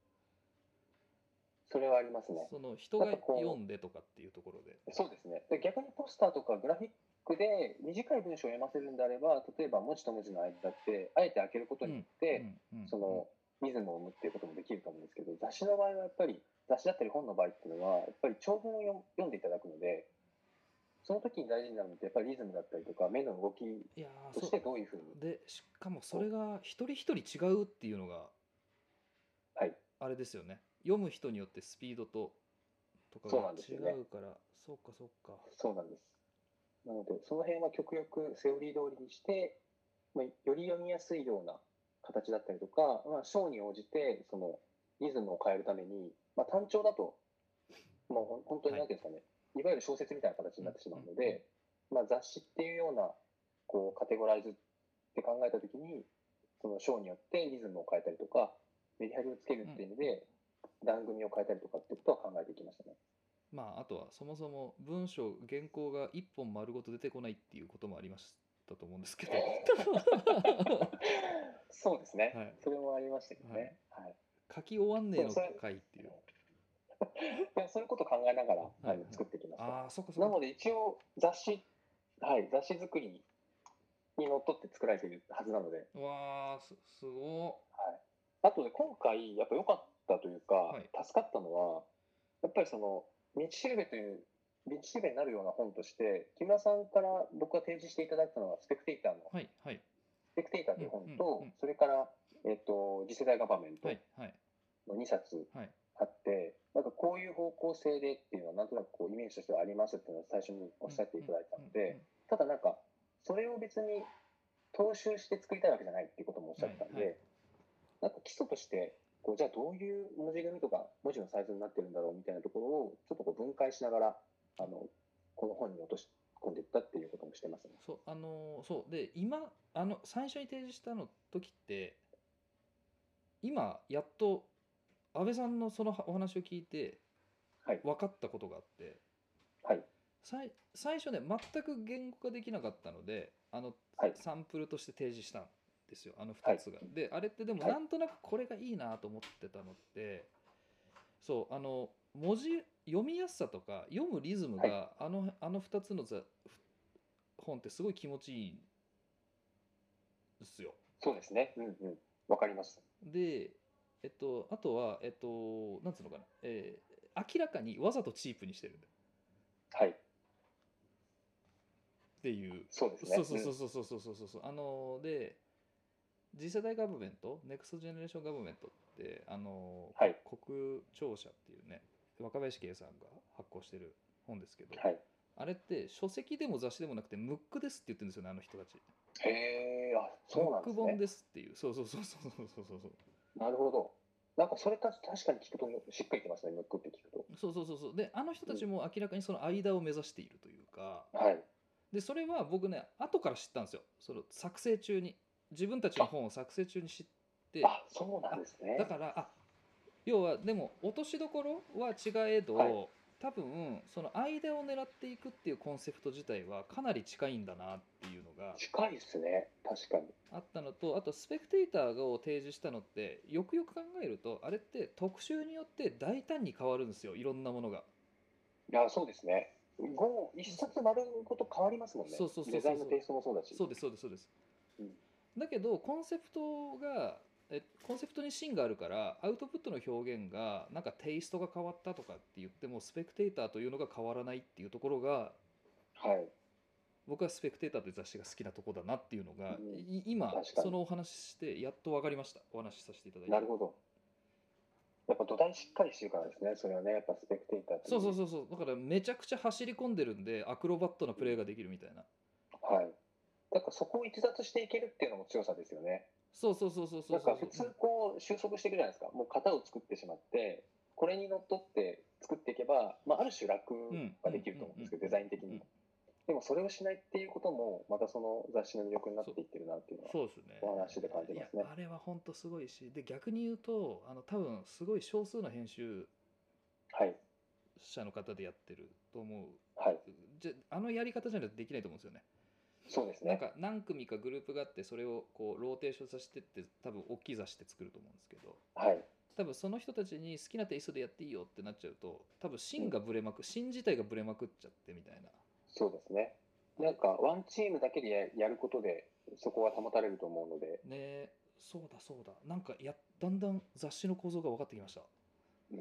それはありますね。 その人が読んでとかっていうところで。 そうですね。で逆にポスターとかグラフィックで短い文章を読ませるんであれば、例えば文字と文字の間ってあえて開けることによって、そのリズムを生むっていうこともできると思うんですけど、雑誌の場合はやっぱり雑誌だったり本の場合っていうのはやっぱり長文を読読んでいただくので、その時に大事になるのってやっぱりリズムだったりとか目の動きとしてどういうふうに。 でしかもそれが一人一人違うっていうのが、 はい、 あれですよね。読む人によってスピードととかが違うから、そうかそうか。 そうなんです。なのでその辺は極力セオリー通りにして、まあ、より読みやすいような形だったりとか、まあ、章に応じてそのリズムを変えるために、まあ、単調だともう本当に何ていうんですかね、はい、いわゆる小説みたいな形になってしまうので、うんうん、まあ、雑誌っていうようなこうカテゴライズって考えた時に、その章によってリズムを変えたりとかメリハリをつけるっていう意味で、うん、段組を変えたりとかっていうことは考えていきましたね。 まあ、あとはそもそも文章原稿がいっぽん丸ごと出てこないっていうこともありましたと思うんですけどそうですね、はい、それもありましたけどね、はいはい、 書き終わんねえのかいっていういやそういうことを考えながら、はいはい、作ってきました。 あそっかそっか。 なので一応雑誌、はい、雑誌作りにのっとって作られているはずなので。 わー す, すご、 はい、あとで今回やっぱ良かったというか、はい、助かったのはやっぱりその道しるべという道しるべになるような本として木村さんから僕が提示していただいたのはスペクテーターの、 はいはい、 スペクテーターという本と、うんうんうん、それから、えーと、次世代ガバメントのにさつあって、はい、なんかこういう方向性でっていうのはなんとなくこうイメージとしてはありますっていうのを最初におっしゃっていただいたので、ただなんかそれを別に踏襲して作りたいわけじゃないっていうこともおっしゃってたんで、 はいはい、 なんか基礎としてこうじゃあどういう文字組みとか文字のサイズになってるんだろうみたいなところをちょっとこう分解しながらあのこの本に落とし込んでいったっていうこともしてますね。 そうあのーそうで今あの最初に提示したの時って今やっと安倍さんのそのお話を聞いてはい分かったことがあって、 はい最最初ね全く言語化できなかったのであのはいサンプルとして提示したんですよ、あのふたつが。 はいであれってでもはいなんとなくこれがいいなと思ってたのって、そうあの文字読みやすさとか読むリズムはいがあのあのふたつのざ本ってすごい気持ちいいんですよ。 そうですね。うんうん。わかります。 で、えっと、あとは、えっと、なんつうのかな、えー明らかにわざとチープにしてるっはい。 ていう、 そうですね。 そうそうそうそうそうそうそうそう、あので、次世代ガバメント、ネクストジェネレーションガバメントって、あのはい。 国庁舎っていうね、若林圭さんが発行してる本ですけど、 はい。 あれって書籍でも雑誌でもなくて、ムックですって言ってるんですよね、あの人たち。 へえ、あ、そうなんムック本ですね。 ですっていう、そうそうそうそうそうそうそうそう。 なるほど。なんかそれた確かに聞くとしっくりきますね、ムックって聞くと。 そうそうそうそう。で、あの人たちうん、 も明らかにその間を目指しているというか、 はい。 で、それは僕ね、後から知ったんですよ。その作成中に。自分たちのあ、 本を作成中に知って、 あ、そうなんあ、 ですね。 だから、あ、要は、でも、落としどころは違えはい。 ど、多分、その間を狙っていくっていうコンセプト自体はかなり近いんだなっていうのが近いですね。確かに。 あったのと、あと、スペクテーターを提示したのって、よくよく考えると、あれって特集によって大胆に変わるんですよ、いろんなものが。 いや、そうですね。ご、一冊丸ごと変わりますもんね。 そうそうそデうそうそう。 ザインのテイストもそうだし。 そうです、そうです、そうです。 うん、 だけど、コンセプトが、えコンセプトに芯があるから、アウトプットの表現が、なんかテイストが変わったとかって言っても、スペクテーターというのが変わらないっていうところが、 はい。 僕はスペクテーターという雑誌が好きなところだなっていうのが、 うん、 い今、 確かに。 そのお話しして、やっと分かりました。お話しさせていただいて。 なるほど。やっぱ土台しっかりしてるからですね。それはね、やっぱスペクテーターとそうそういう。 そうそう。だから、めちゃくちゃ走り込んでるんで、アクロバットなプレーができるみたいな。 はい。だからそこを逸脱していけるっていうのも強さですよね。 そうそうそうそうそなうそうそう。 んか普通こう収束していくじゃないですか。もう型を作ってしまって、これにのっとって作っていけば、まあ、ある種楽うんうんができると思うんですけど、デうんザイン的にうん。 も。でもそれをしないっていうことも、またその雑誌の魅力になっそうていってるなっていうのは、 そうですね。 お話で感じいや、 ますね。 あれは本当すごいし、で、逆に言うと、あの、多分すごい少数の編集はい。 者の方でやってると思う。 はい。 じゃ、あのやり方じゃないとできないと思うんですよね。 そうですね。 なんか何組かグループがあって、それをこうローテーションさせてって、多分大きい雑誌で作ると思うんですけど、 はい。 多分その人たちに好きなテイストでやっていいよってなっちゃうと、多分うん、 芯がブレまく、芯自体がブレまくっちゃってみたいな。 そうですね。 あれなんかワンチームだけでややることで、そこは保たれると思うので、 ね、そうだそうだ。なんかや、だんだん雑誌の構造が分かってきました。 うん、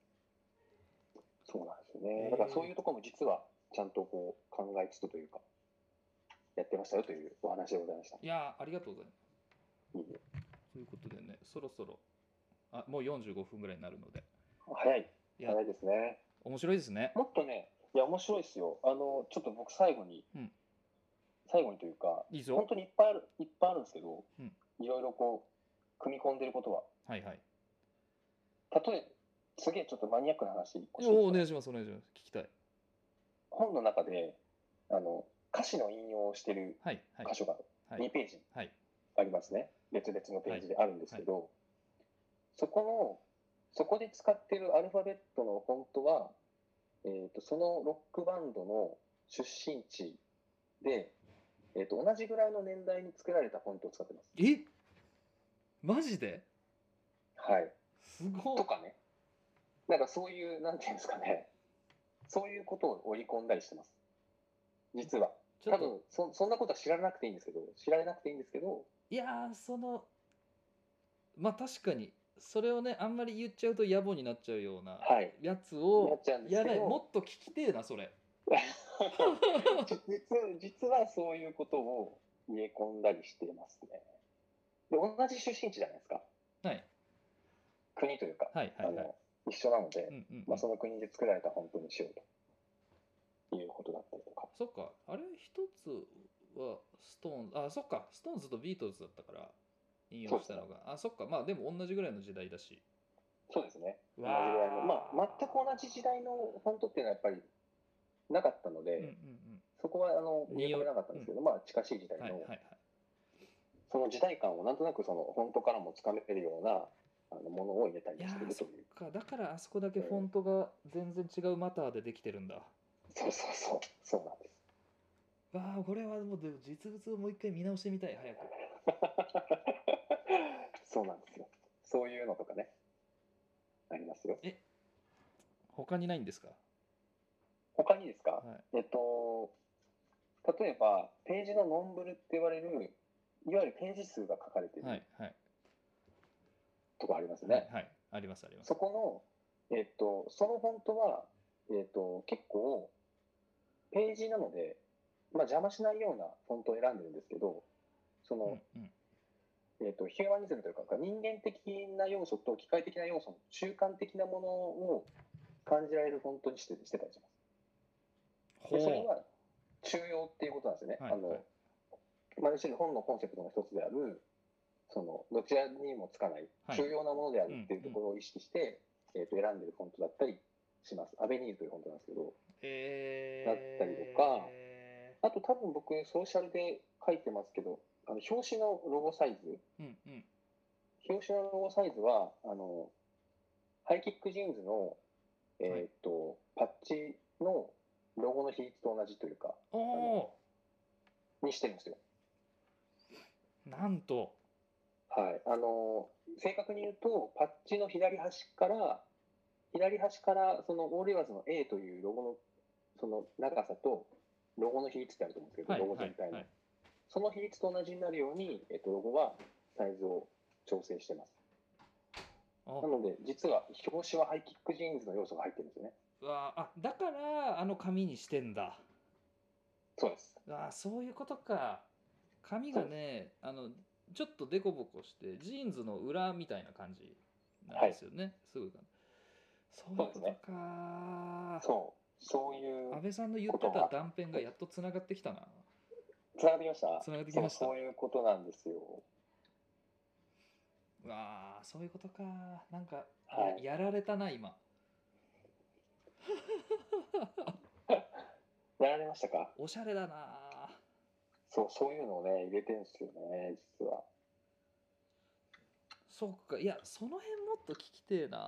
そうなんですよね。だからそういえうところも実はちゃんとこう考えつつというか、やってましたよというお話でございました。 ー、いやー、ありがとうございます。 いいね、 ということでね、そろそろ、あ、もうよんじゅうごふんぐらいになるので、 早い。 いや、 早いですね。 面白いですね。 もっとね、いや、面白いですよ。あの、ちょっと僕最後に、 うん、 最後にというか、 いいぞ。 本当にいっぱいある、いっぱいあるんですけど、 うん、 いろいろこう、組み込んでることは、 はいはい。 例え、すげえちょっとマニアックな話一個していいですか。 おお、お願いします、お願いします。聞きたい。 本の中で、あの、歌詞の引用をしてるはいはい箇所がはいにページはいありますね。別々のページであるんですけど、そこの、そこで使ってるアルファベットのフォントは、えーと、そのロックバンドの出身地で、えーと、同じぐらいの年代に作られたフォントを使ってます。 え、マジで？ はい。 すごっ。 とかね。なんかそういう、なんていうんですかね。そういうことを織り込んだりしてます。実は。多ちょっと、 分そ、そんなことは知らなくていいんですけど、知られなくていいんですけど、 いやー、その、まあ確かに、それをね、あんまり言っちゃうと野暮になっちゃうようなはい。 やつなをっちゃうんですやない、 けど、 もっと聞きてえな、それ。 実実はそういうことを入れ込んだりしていますね。で、同じ出身地じゃないですか。 はい国というか、 はいはいはい。 あの一緒なので、 うんうんうんまあ、その国で作られたフォントにしようということだったりとか。 そっか、あれ一つはストーンズ、あ、そっか、ストーンズとビートルズだったから引用したのが、あ、そっか、まあでも同じぐらいの時代だし。 そうですね。同じわぐらいの、まーあ、全く同じ時代のフォントっていうのはやっぱりなかったので、 うんうんそこはあのによ見込めなかったんですけど、まあ、近しい時代うん。はいの、 はいはい。 その時代感をなんとなくそのフォントからもつかめるようなあのものを入れたりいやー、 しているという。 そっか、だからあそこだけフォントが全然違うマターでできてるんだ。 そうそうそう、そうなんです。 わあ、これはもうでも実物をもう一回見直してみたい、早く。 そうなんですよ。そういうのとかね、ありますよ。 え、他にないんですか？ 他にですか、 はえっと、例えば、ページのノンブルって言われる、いわゆるページ数が書かれていいはいるはいとこありますね。 はいはい、ありますあります。 そこの、えっと、そのフォントは、えっと、結構、ページなので、まあ、邪魔しないようなフォントを選んでるんですけど、その、 うんうんえっと、ヒューマニズムというか、人間的な要素と機械的な要素の中間的なものを感じられるフォントにしてしてたりします。で、それほは中庸っていうことなんですよね。 う。はいあの、 はい。 まあ、要するに本のコンセプトの一つである、そのどちらにもつかないはい重要なものであるっていうところを意識して、えー、と選んでるフォントだったりします。アベニールというフォントなんですけど、 えー、 だったりとか、あと多分僕ソーシャルで書いてますけど、あの表紙のロゴサイズ、 うんうん表紙のロゴサイズはあのハイキックジーンズの、えーとパッチのロゴの比率と同じというか、 おおにしてるんですよ。 ー、なんと。 はい、あの正確に言うと、パッチの左端から、左端からそのオールイワーズの A というロゴのその長さとロゴの比率ってあると思うんですけど、 はいロゴ全体の、 はいはい。 その比率と同じになるように、えっと、ロゴはサイズを調整してます。 あなので、実は表紙はハイキックジーンズの要素が入ってるんですよね。 うわー、あ、だからあの紙にしてんだ。 そうです。 あー、そういうことか。紙がね、あのちょっとデコボコしてジーンズの裏みたいな感じなんですよね、すぐそういうことか。 そう、そういう安倍さんの言ってたことが断片がやっとつながってきたな。 つながってきました。 つながってきました。 そう、そういうことなんですよ。 うわー、そういうことか。なんか、 はいや、やられたな今。 やられましたか？ おしゃれだな。 そう、そういうのをね、入れてるんですよね、実は。 そっか、いや、その辺もっと聞きてえな。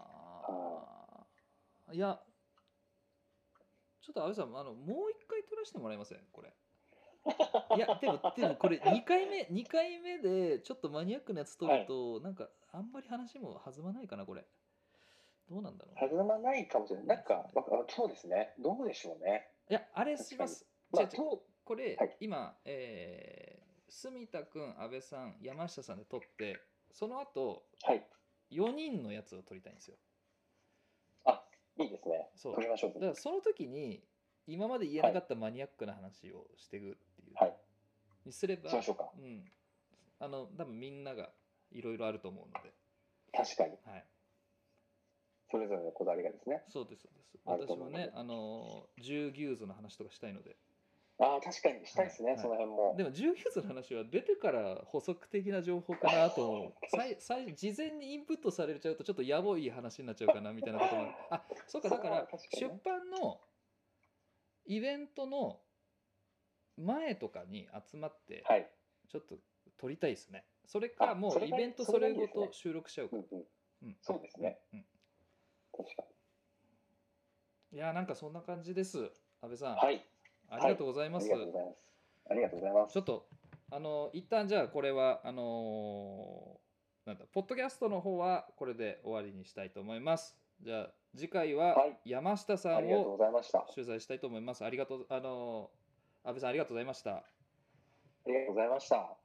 いや、ちょっと安倍さん、あのもう一回撮らせてもらえませんこれ。いや、でも、でもこれにかいめ、にかいめでちょっとマニアックなやつ撮ると、なんかあんまり話も弾まないかな、これ。どうなんだろう、ね。 弾まないかもしれない。なんか、そうですね。どうでしょうね。 いや、あれします。 まあ、 違う違うとこれ、 はい今、えー、住田くん、安倍さん、山下さんで撮って、その後、 はい。 よにんのやつを撮りたいんですよ。 あ、いいですね。 そう。 撮りましょう。 だからその時に、今まで言えなかったマニアックな話をしていくっていう。 はい。 にすれば、 しましょうか。 うん。あの、多分みんながいろいろあると思うので。 確かに。 はい。 それぞれのこだわりがですね。 そうです、そうです。 あると私もね、 思うのであの、ジューギューズの話とかしたいので。 ああ、確かにしたいですね、 はいその辺も。 でも、ジューギューズの話は出てから補足的な情報かなと思う。最最事前にインプットされちゃうとちょっとやぼい話になっちゃうかなみたいなこともある。あ、そうか、だからそう確かに出ね版のイベントの前とかに集まってはい。 ちょっと撮りたいですね。それかあもそうれがイベントそそれがいいですねれごと収録しちゃうか。 うんうん。 うんそうですね。 うんうん確かいやーなんかそんな感じです。安倍さん、 に。はい。 ありがとうございあます。 りがとうございます。ありがとうございます。 ちょっとあの一旦じゃあこれはあのーなんだポッドキャストの方はこれで終わりにしたいと思います。じゃあ次回ははい山下さんありがとうごをざいました。あ取材したいと思います。ありがとうあのー安倍さんありがとうございました。 りがとうございました。